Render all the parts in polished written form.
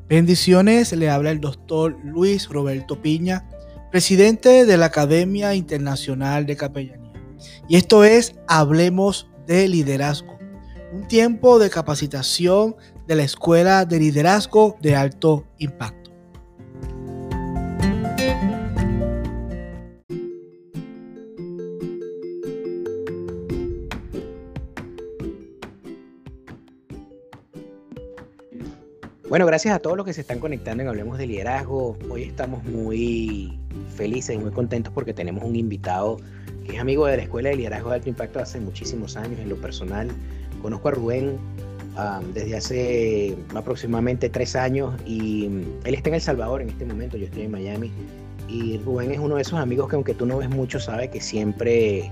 Bendiciones, le habla el doctor Luis Roberto Piña, presidente de la Academia Internacional de Capellanía. Y esto es Hablemos de Liderazgo, un tiempo de capacitación de la Escuela de Liderazgo de Alto Impacto. Bueno, gracias a todos los que se están conectando en Hablemos de Liderazgo. Hoy estamos muy felices y muy contentos porque tenemos un invitado que es amigo de la Escuela de Liderazgo de Alto Impacto hace muchísimos años. En lo personal, conozco a Rubén desde hace aproximadamente 3 años y él está en El Salvador en este momento, yo estoy en Miami. Y Rubén es uno de esos amigos que, aunque tú no ves mucho, sabe que siempre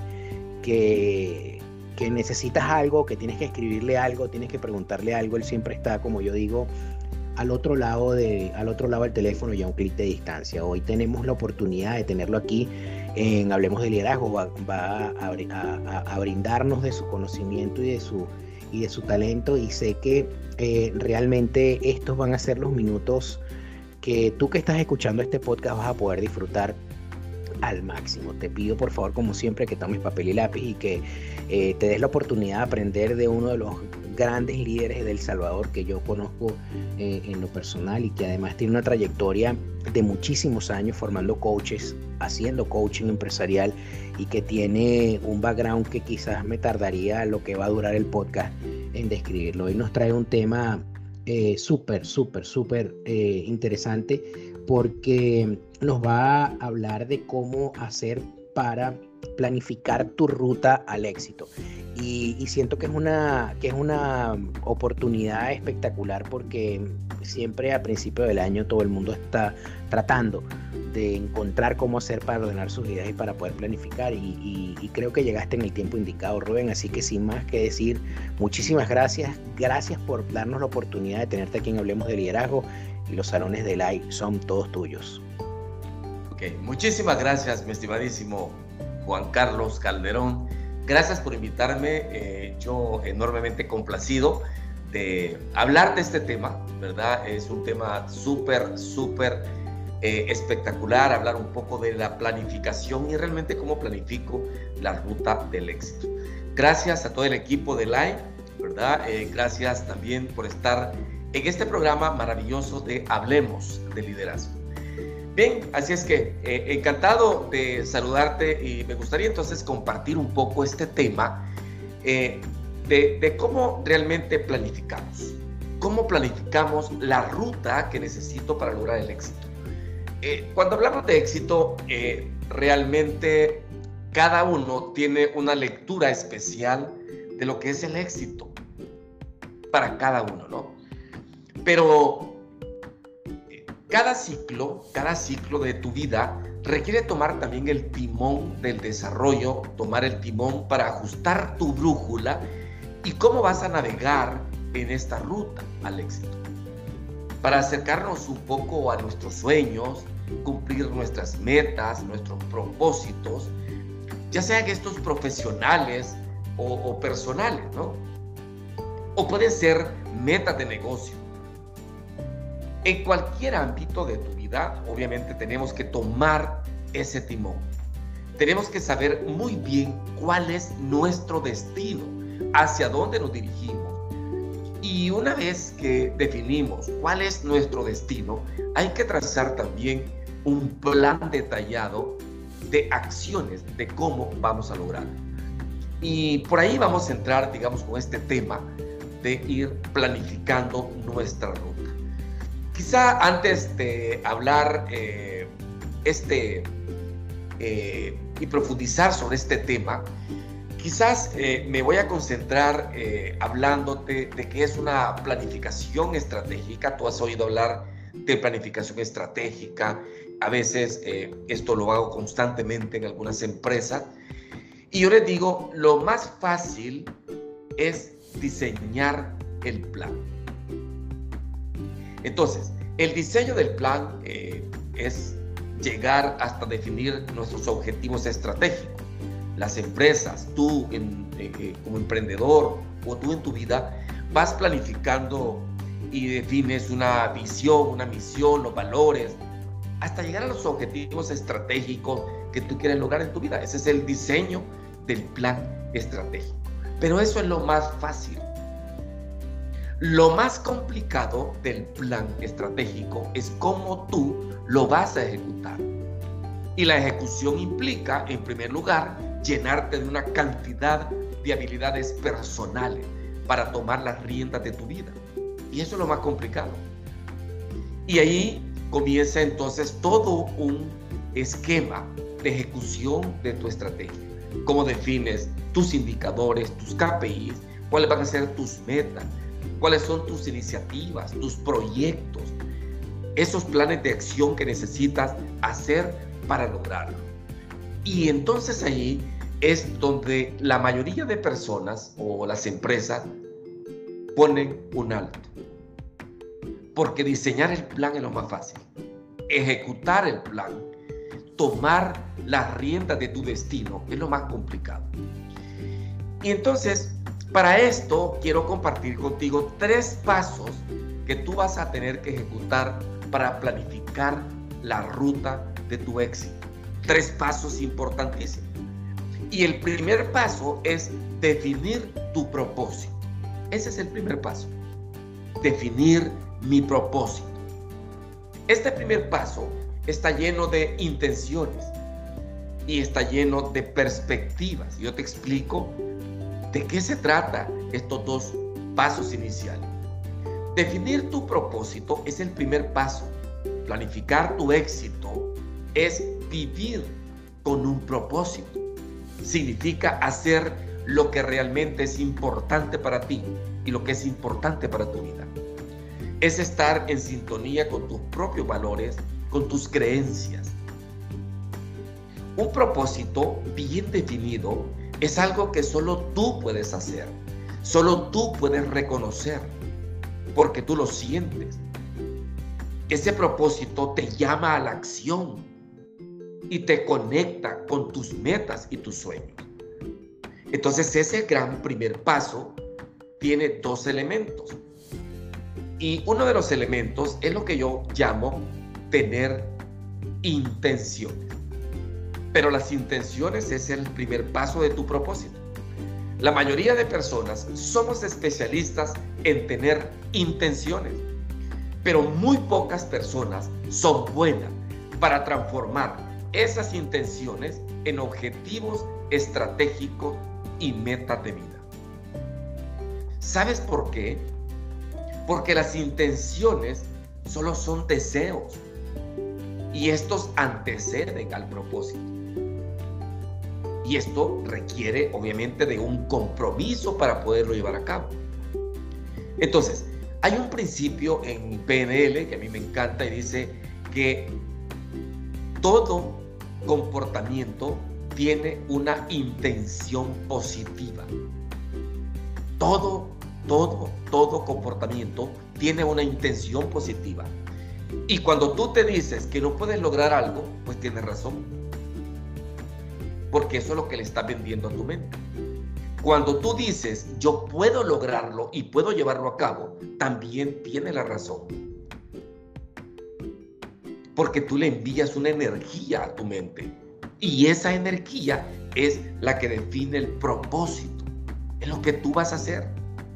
que necesitas algo, que tienes que escribirle algo, tienes que preguntarle algo, él siempre está, como yo digo, al otro lado del teléfono y a un clic de distancia. Hoy tenemos la oportunidad de tenerlo aquí en Hablemos de Liderazgo. Va a brindarnos de su conocimiento y de su talento, y sé que realmente estos van a ser los minutos que tú que estás escuchando este podcast vas a poder disfrutar al máximo. Te pido por favor, como siempre, que tomes papel y lápiz y que te des la oportunidad de aprender de uno de los grandes líderes de El Salvador que yo conozco en lo personal, y que además tiene una trayectoria de muchísimos años formando coaches, haciendo coaching empresarial, y que tiene un background que quizás me tardaría lo que va a durar el podcast en describirlo. Hoy nos trae un tema súper interesante, porque nos va a hablar de cómo hacer para planificar tu ruta al éxito. Y siento que es una oportunidad espectacular, porque siempre a principio del año todo el mundo está tratando de encontrar cómo hacer para ordenar sus ideas y para poder planificar, y creo que llegaste en el tiempo indicado, Rubén. Así que sin más que decir, muchísimas gracias por darnos la oportunidad de tenerte aquí en Hablemos de Liderazgo, y los salones de live son todos tuyos. Ok, muchísimas gracias, mi estimadísimo Juan Carlos Calderón. Gracias por invitarme. Yo enormemente complacido de hablar de este tema, ¿verdad? Es un tema súper espectacular, hablar un poco de la planificación y realmente cómo planifico la ruta del éxito. Gracias a todo el equipo de Live, ¿verdad? Gracias también por estar en este programa maravilloso de Hablemos de Liderazgo. Bien, así es que encantado de saludarte, y me gustaría entonces compartir un poco este tema de cómo realmente planificamos. Cómo planificamos la ruta que necesito para lograr el éxito. Cuando hablamos de éxito, realmente cada uno tiene una lectura especial de lo que es el éxito para cada uno, ¿no? Pero cada ciclo de tu vida requiere tomar también el timón del desarrollo, tomar el timón para ajustar tu brújula y cómo vas a navegar en esta ruta al éxito. Para acercarnos un poco a nuestros sueños, cumplir nuestras metas, nuestros propósitos, ya sean estos profesionales o personales, ¿no? O pueden ser metas de negocio. En cualquier ámbito de tu vida, obviamente tenemos que tomar ese timón. Tenemos que saber muy bien cuál es nuestro destino, hacia dónde nos dirigimos. Y una vez que definimos cuál es nuestro destino, hay que trazar también un plan detallado de acciones de cómo vamos a lograrlo. Y por ahí vamos a entrar, digamos, con este tema de ir planificando nuestra ruta. Quizá antes de hablar y profundizar sobre este tema, quizás me voy a concentrar hablándote de qué es una planificación estratégica. Tú has oído hablar de planificación estratégica. A veces esto lo hago constantemente en algunas empresas. Y yo les digo, lo más fácil es diseñar el plan. Entonces, el diseño del plan es llegar hasta definir nuestros objetivos estratégicos. Las empresas, tú como emprendedor o tú en tu vida, vas planificando y defines una visión, una misión, los valores, hasta llegar a los objetivos estratégicos que tú quieres lograr en tu vida. Ese es el diseño del plan estratégico. Pero eso es lo más fácil. Lo más complicado del plan estratégico es cómo tú lo vas a ejecutar. Y la ejecución implica, en primer lugar, llenarte de una cantidad de habilidades personales para tomar las riendas de tu vida. Y eso es lo más complicado. Y ahí comienza entonces todo un esquema de ejecución de tu estrategia. Cómo defines tus indicadores, tus KPIs, cuáles van a ser tus metas, cuáles son tus iniciativas, tus proyectos, esos planes de acción que necesitas hacer para lograrlo. Y entonces ahí es donde la mayoría de personas o las empresas ponen un alto. Porque diseñar el plan es lo más fácil. Ejecutar el plan, tomar las riendas de tu destino es lo más complicado. Y entonces, para esto quiero compartir contigo 3 pasos que tú vas a tener que ejecutar para planificar la ruta de tu éxito. 3 pasos importantísimos. Y el primer paso es definir tu propósito. Ese es el primer paso. Definir mi propósito. Este primer paso está lleno de intenciones y está lleno de perspectivas. Yo te explico de qué se trata estos 2 pasos iniciales. Definir tu propósito es el primer paso. Planificar tu éxito es vivir con un propósito. Significa hacer lo que realmente es importante para ti y lo que es importante para tu vida. Es estar en sintonía con tus propios valores, con tus creencias. Un propósito bien definido es algo que solo tú puedes hacer, solo tú puedes reconocer, porque tú lo sientes. Ese propósito te llama a la acción y te conecta con tus metas y tus sueños. Entonces ese gran primer paso tiene 2 elementos. Y uno de los elementos es lo que yo llamo tener intenciones. Pero las intenciones es el primer paso de tu propósito. La mayoría de personas somos especialistas en tener intenciones, pero muy pocas personas son buenas para transformar esas intenciones en objetivos estratégicos y metas de vida. ¿Sabes por qué? Porque las intenciones solo son deseos y estos anteceden al propósito. Y esto requiere obviamente de un compromiso para poderlo llevar a cabo. Entonces, hay un principio en PNL que a mí me encanta y dice que todo comportamiento tiene una intención positiva. Todo comportamiento tiene una intención positiva. Y cuando tú te dices que no puedes lograr algo, pues tienes razón. Porque eso es lo que le estás vendiendo a tu mente. Cuando tú dices, yo puedo lograrlo y puedo llevarlo a cabo, también tienes la razón. Porque tú le envías una energía a tu mente. Y esa energía es la que define el propósito. Es lo que tú vas a hacer.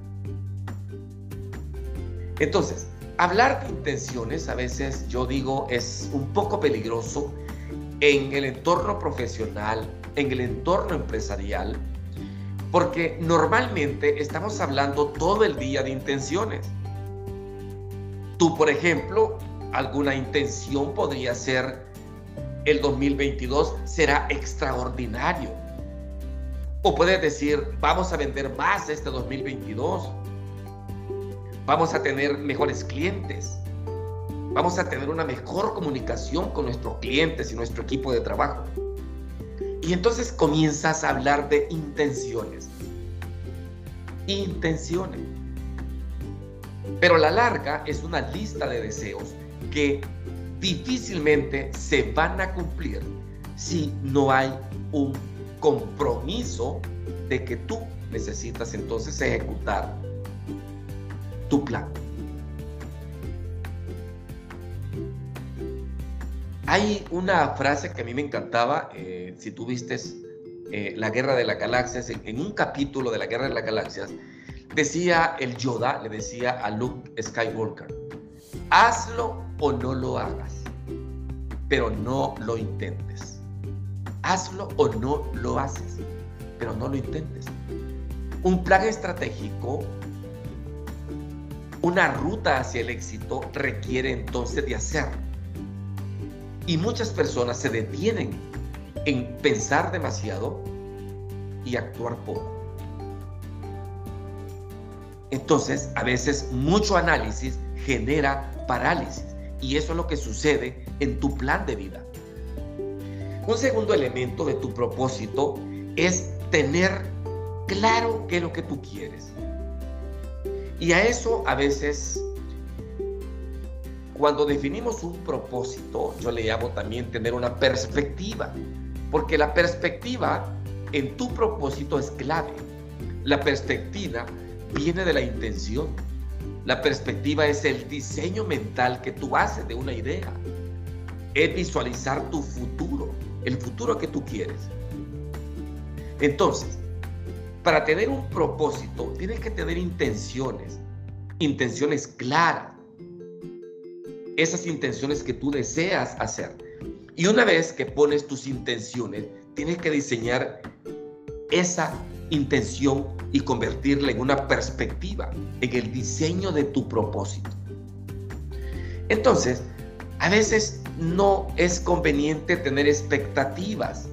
Entonces, hablar de intenciones a veces yo digo es un poco peligroso en el entorno profesional, en el entorno empresarial, porque normalmente estamos hablando todo el día de intenciones. Tú, por ejemplo, alguna intención podría ser el 2022 será extraordinario. O puedes decir, vamos a vender más este 2022. Vamos a tener mejores clientes. Vamos a tener una mejor comunicación con nuestros clientes y nuestro equipo de trabajo. Y entonces comienzas a hablar de intenciones. Intenciones. Pero a la larga es una lista de deseos que difícilmente se van a cumplir si no hay un compromiso de que tú necesitas entonces ejecutar tu plan. Hay una frase que a mí me encantaba, si tú vistes La Guerra de las Galaxias, en un capítulo de La Guerra de las Galaxias, decía el Yoda, le decía a Luke Skywalker, hazlo o no lo hagas, pero no lo intentes. Hazlo o no lo haces, pero no lo intentes. Un plan estratégico, una ruta hacia el éxito requiere entonces de hacerlo. Y muchas personas se detienen en pensar demasiado y actuar poco. Entonces, a veces mucho análisis genera parálisis y eso es lo que sucede en tu plan de vida. Un segundo elemento de tu propósito es tener claro qué es lo que tú quieres. Y a eso a veces, cuando definimos un propósito, yo le llamo también tener una perspectiva, porque la perspectiva en tu propósito es clave. La perspectiva viene de la intención. La perspectiva es el diseño mental que tú haces de una idea. Es visualizar tu futuro, el futuro que tú quieres. Entonces, para tener un propósito, tienes que tener intenciones claras. Esas intenciones que tú deseas hacer. Y una vez que pones tus intenciones, tienes que diseñar esa intención y convertirla en una perspectiva, en el diseño de tu propósito. Entonces, a veces no es conveniente tener expectativas,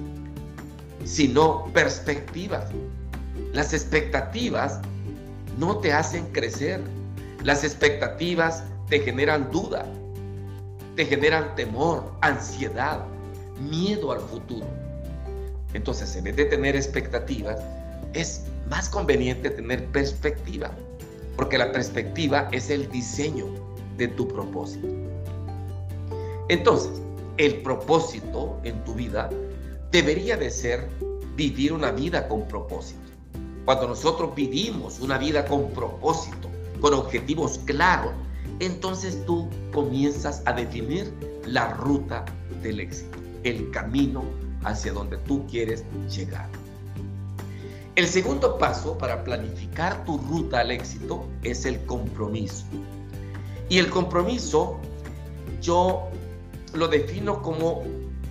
sino perspectivas. Las expectativas no te hacen crecer. Las expectativas te generan duda, te generan temor, ansiedad, miedo al futuro. Entonces, en vez de tener expectativas, es más conveniente tener perspectiva, porque la perspectiva es el diseño de tu propósito. Entonces, el propósito en tu vida debería de ser vivir una vida con propósito. Cuando nosotros vivimos una vida con propósito, con objetivos claros, entonces tú comienzas a definir la ruta del éxito, el camino hacia donde tú quieres llegar. El segundo paso para planificar tu ruta al éxito es el compromiso. Y el compromiso yo lo defino como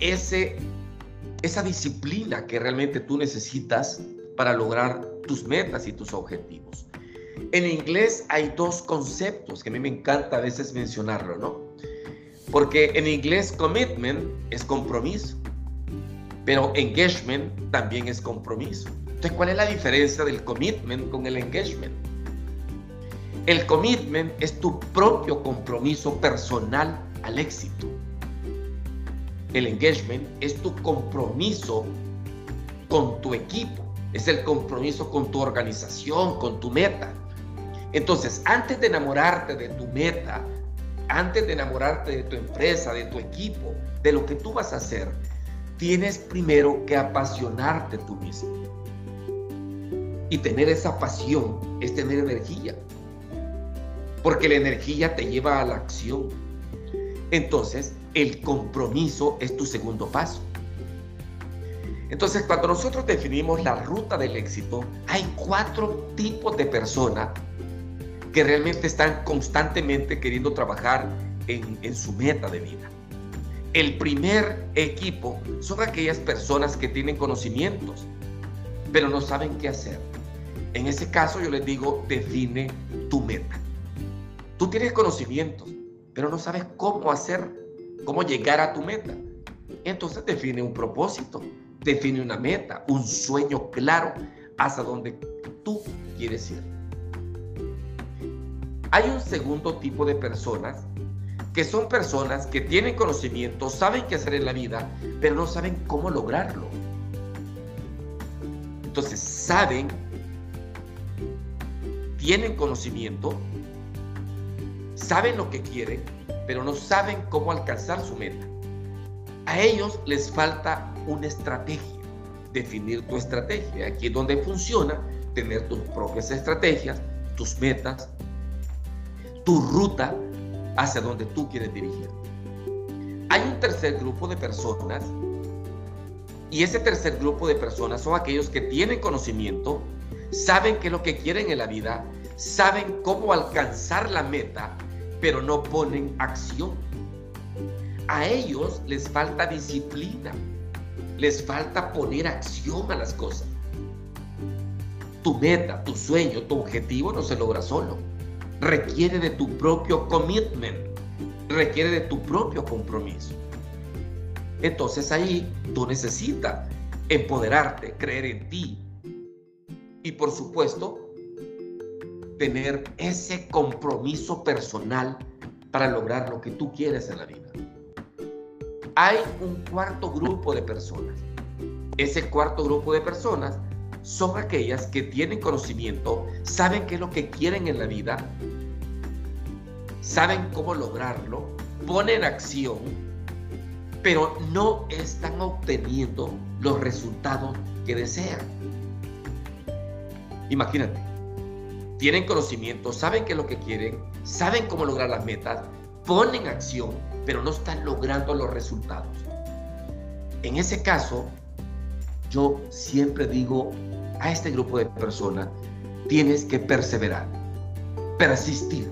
esa disciplina que realmente tú necesitas para lograr tus metas y tus objetivos. En inglés hay dos conceptos que a mí me encanta a veces mencionarlo, ¿no? Porque en inglés commitment es compromiso, pero engagement también es compromiso. Entonces, ¿cuál es la diferencia del commitment con el engagement? El commitment es tu propio compromiso personal al éxito. El engagement es tu compromiso con tu equipo, es el compromiso con tu organización, con tu meta. Entonces, antes de enamorarte de tu meta, antes de enamorarte de tu empresa, de tu equipo, de lo que tú vas a hacer, tienes primero que apasionarte tú mismo. Y tener esa pasión es tener energía, porque la energía te lleva a la acción. Entonces, el compromiso es tu segundo paso. Entonces, cuando nosotros definimos la ruta del éxito, hay 4 tipos de personas que realmente están constantemente queriendo trabajar en su meta de vida. El primer equipo son aquellas personas que tienen conocimientos, pero no saben qué hacer. En ese caso yo les digo, define tu meta. Tú tienes conocimientos, pero no sabes cómo hacer, cómo llegar a tu meta. Entonces define un propósito, define una meta, un sueño claro hacia donde tú quieres ir. Hay un segundo tipo de personas que son personas que tienen conocimiento, saben qué hacer en la vida, pero no saben cómo lograrlo. Entonces tienen conocimiento, saben lo que quieren, pero no saben cómo alcanzar su meta. A ellos les falta una estrategia, definir tu estrategia. Aquí es donde funciona tener tus propias estrategias, tus metas, tu ruta hacia donde tú quieres dirigir. Hay un tercer grupo de personas, y ese tercer grupo de personas son aquellos que tienen conocimiento, saben qué es lo que quieren en la vida, saben cómo alcanzar la meta, pero no ponen acción. A ellos les falta disciplina, les falta poner acción a las cosas. Tu meta, tu sueño, tu objetivo no se logra solo. Requiere de tu propio commitment, requiere de tu propio compromiso. Entonces ahí tú necesitas empoderarte, creer en ti y, por supuesto, tener ese compromiso personal para lograr lo que tú quieres en la vida. Hay un cuarto grupo de personas. Ese cuarto grupo de personas son aquellas que tienen conocimiento, saben qué es lo que quieren en la vida, saben cómo lograrlo, ponen acción, pero no están obteniendo los resultados que desean. Imagínate, tienen conocimiento, saben qué es lo que quieren, saben cómo lograr las metas, ponen acción, pero no están logrando los resultados. En ese caso, yo siempre digo a este grupo de personas, tienes que perseverar, persistir,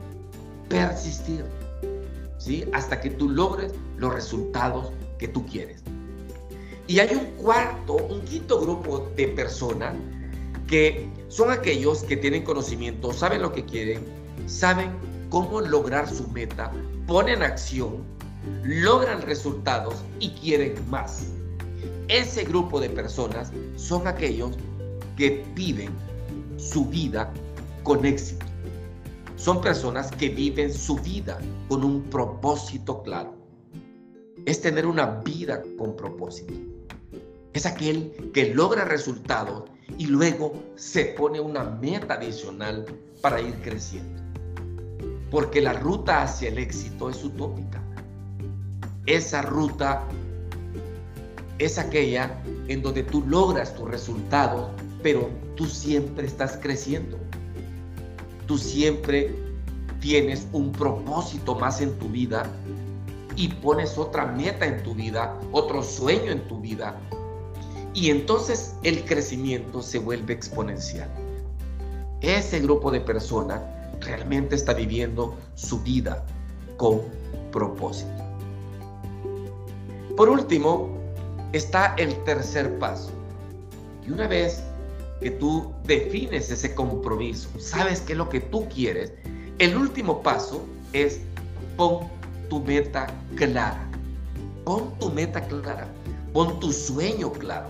¿sí? Hasta que tú logres los resultados que tú quieres. Y hay un quinto grupo de personas que son aquellos que tienen conocimiento, saben lo que quieren, saben cómo lograr su meta, ponen acción, logran resultados y quieren más. Ese grupo de personas son aquellos que viven su vida con éxito. Son personas que viven su vida con un propósito claro. Es tener una vida con propósito. Es aquel que logra resultados y luego se pone una meta adicional para ir creciendo. Porque la ruta hacia el éxito es utópica. Esa ruta es aquella en donde tú logras tus resultados, pero tú siempre estás creciendo. Tú siempre tienes un propósito más en tu vida y pones otra meta en tu vida, otro sueño en tu vida. Y entonces el crecimiento se vuelve exponencial. Ese grupo de personas realmente está viviendo su vida con propósito. Por último, está el tercer paso. Y una vez que tú defines ese compromiso, sabes qué es lo que tú quieres, el último paso es pon tu meta clara. Pon tu meta clara. Pon tu sueño claro.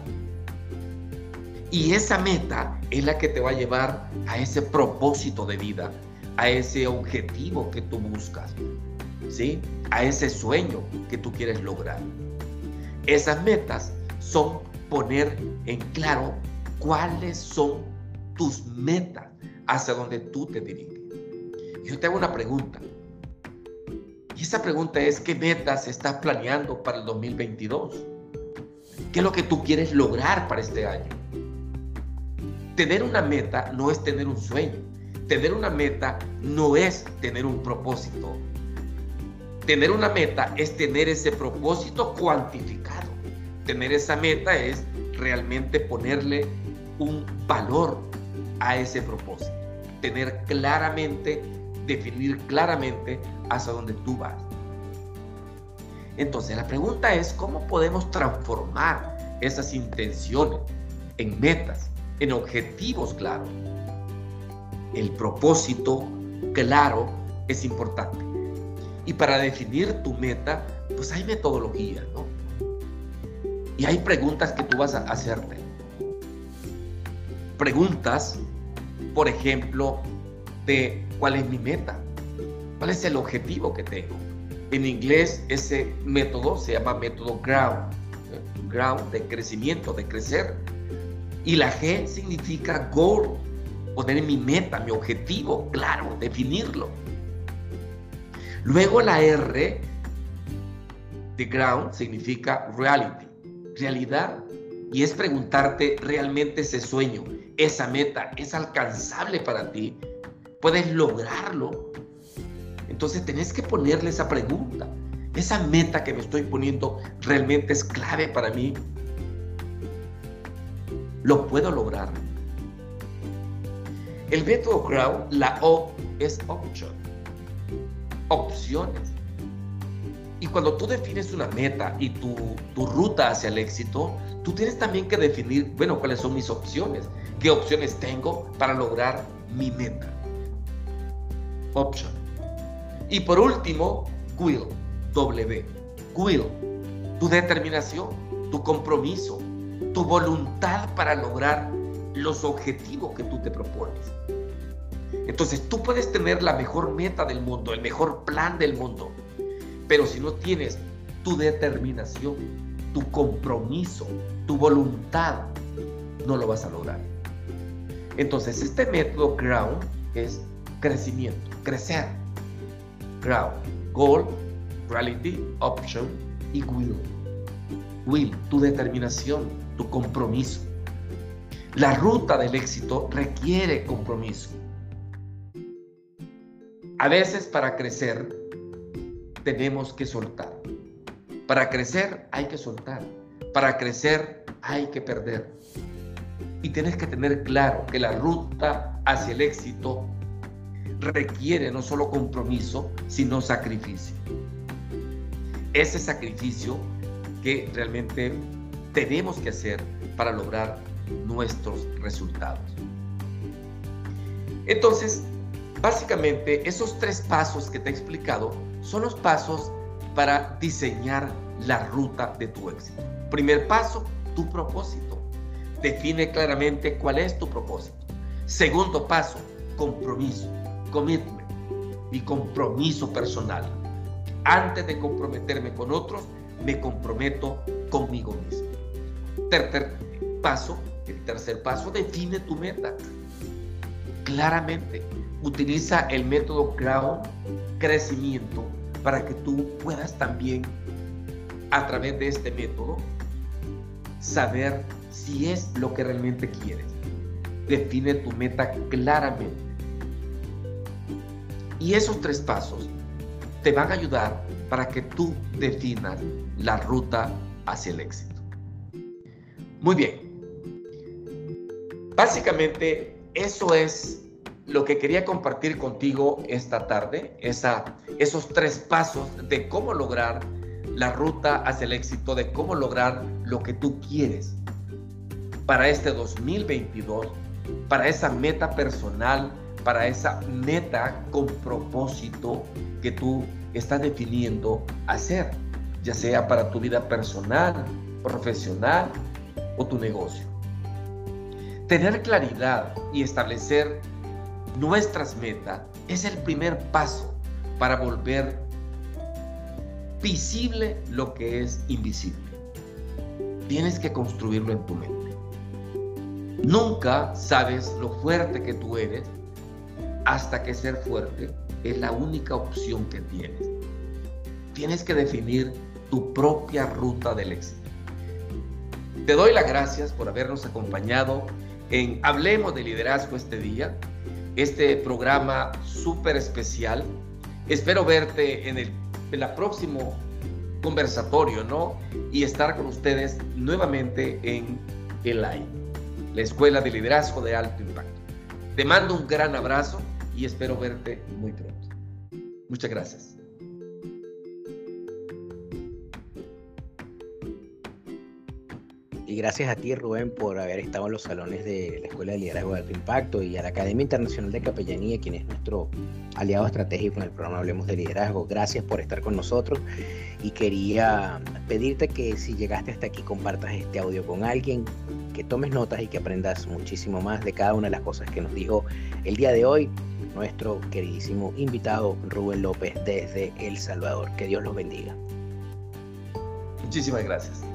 Y esa meta es la que te va a llevar a ese propósito de vida, a ese objetivo que tú buscas, ¿sí? A ese sueño que tú quieres lograr. Esas metas son poner en claro cuáles son tus metas, hacia donde tú te diriges. Yo te hago una pregunta. Y esa pregunta es, ¿qué metas estás planeando para el 2022? ¿Qué es lo que tú quieres lograr para este año? Tener una meta no es tener un sueño. Tener una meta no es tener un propósito. Tener una meta es tener ese propósito cuantificado. Tener esa meta es realmente ponerle un valor a ese propósito. Tener claramente, definir claramente hacia dónde tú vas. Entonces la pregunta es, ¿cómo podemos transformar esas intenciones en metas, en objetivos claros? El propósito claro es importante. Y para definir tu meta, pues hay metodologías, ¿no? Y hay preguntas que tú vas a hacerte. Preguntas, por ejemplo, de ¿cuál es mi meta? ¿Cuál es el objetivo que tengo? En inglés ese método se llama método GROUND. GROUND de crecimiento, de crecer. Y la G significa goal. Poner mi meta, mi objetivo, claro, definirlo. Luego la R de ground significa reality, realidad. Y es preguntarte, ¿realmente ese sueño, esa meta, es alcanzable para ti? ¿Puedes lograrlo? Entonces tenés que ponerle esa pregunta. esa meta que me estoy poniendo realmente es clave para mí. ¿Lo puedo lograr? El método Crown, la O es option, opciones. Y cuando tú defines una meta y tu ruta hacia el éxito, tú tienes también que definir, bueno, cuáles son mis opciones, qué opciones tengo para lograr mi meta. Option. Y por último, will, W. Will, tu determinación, tu compromiso, tu voluntad para lograr los objetivos que tú te propones. Entonces, tú puedes tener la mejor meta del mundo, el mejor plan del mundo, pero si no tienes tu determinación, tu compromiso, tu voluntad, no lo vas a lograr. Entonces, este método Crown es crecimiento, crecer. Crown, goal, reality, option y will. Will, tu determinación, tu compromiso. La ruta del éxito requiere compromiso. A veces para crecer tenemos que soltar. Para crecer hay que soltar. Para crecer hay que perder. Y tienes que tener claro que la ruta hacia el éxito requiere no solo compromiso, sino sacrificio. Ese sacrificio que realmente tenemos que hacer para lograr nuestros resultados. Entonces, básicamente, esos 3 pasos que te he explicado son los pasos para diseñar la ruta de tu éxito. Primer paso, tu propósito. Define claramente cuál es tu propósito. Segundo paso, compromiso, commitment y compromiso personal. Antes de comprometerme con otros, me comprometo conmigo mismo. El tercer paso, define tu meta. Claramente, utiliza el método Crown, crecimiento, para que tú puedas también, a través de este método, saber si es lo que realmente quieres. Define tu meta claramente. Y esos 3 pasos te van a ayudar para que tú definas la ruta hacia el éxito. Muy bien. Básicamente, eso es lo que quería compartir contigo esta tarde, esos 3 pasos de cómo lograr la ruta hacia el éxito, de cómo lograr lo que tú quieres para este 2022, para esa meta personal, para esa meta con propósito que tú estás definiendo hacer, ya sea para tu vida personal, profesional o tu negocio. Tener claridad y establecer nuestras metas es el primer paso para volver visible lo que es invisible. Tienes que construirlo en tu mente. Nunca sabes lo fuerte que tú eres hasta que ser fuerte es la única opción que tienes. Tienes que definir tu propia ruta del éxito. Te doy las gracias por habernos acompañado en Hablemos de Liderazgo este día, este programa súper especial. Espero verte en el próximo conversatorio, ¿no? Y estar con ustedes nuevamente en el live, la Escuela de Liderazgo de Alto Impacto. Te mando un gran abrazo y espero verte muy pronto. Muchas gracias. Y gracias a ti, Rubén, por haber estado en los salones de la Escuela de Liderazgo de Alto Impacto y a la Academia Internacional de Capellanía, quien es nuestro aliado estratégico en el programa Hablemos de Liderazgo. Gracias por estar con nosotros y quería pedirte que si llegaste hasta aquí compartas este audio con alguien, que tomes notas y que aprendas muchísimo más de cada una de las cosas que nos dijo el día de hoy nuestro queridísimo invitado Rubén López desde El Salvador. Que Dios los bendiga. Muchísimas gracias.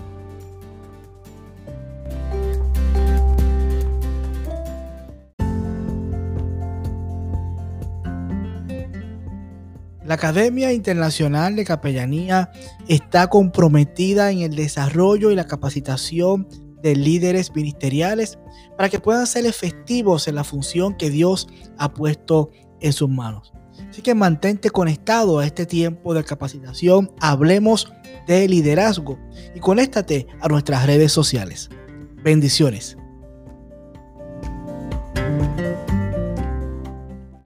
La Academia Internacional de Capellanía está comprometida en el desarrollo y la capacitación de líderes ministeriales para que puedan ser efectivos en la función que Dios ha puesto en sus manos. Así que mantente conectado a este tiempo de capacitación. Hablemos de liderazgo y conéctate a nuestras redes sociales. Bendiciones.